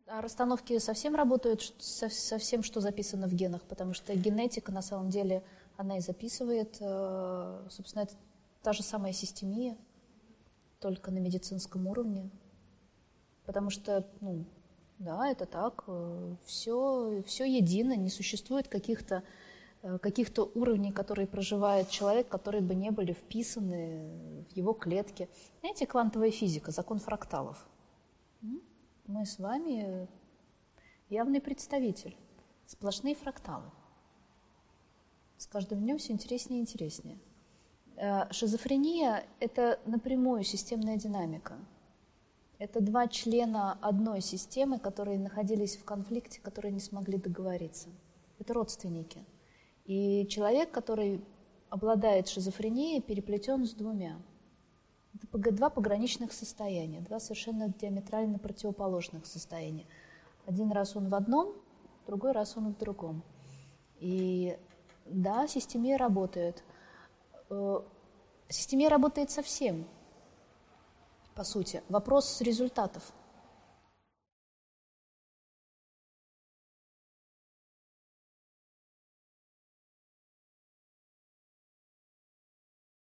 А расстановки совсем работают со всем, что записано в генах, потому что генетика, на самом деле, она и записывает, собственно, это та же самая системия, только на медицинском уровне. Потому что, да, это так, все едино, не существует каких-то уровней, которые проживает человек, которые бы не были вписаны в его клетки. Знаете, квантовая физика, закон фракталов. Мы с вами явный представитель. Сплошные фракталы. С каждым днем все интереснее и интереснее. Шизофрения – это напрямую системная динамика. Это два члена одной системы, которые находились в конфликте, которые не смогли договориться. Это родственники. И человек, который обладает шизофренией, переплетен с двумя. Это два пограничных состояния, два совершенно диаметрально противоположных состояния. Один раз он в одном, другой раз он в другом. И да, системия работает. Системия работает со всем, по сути. Вопрос результатов.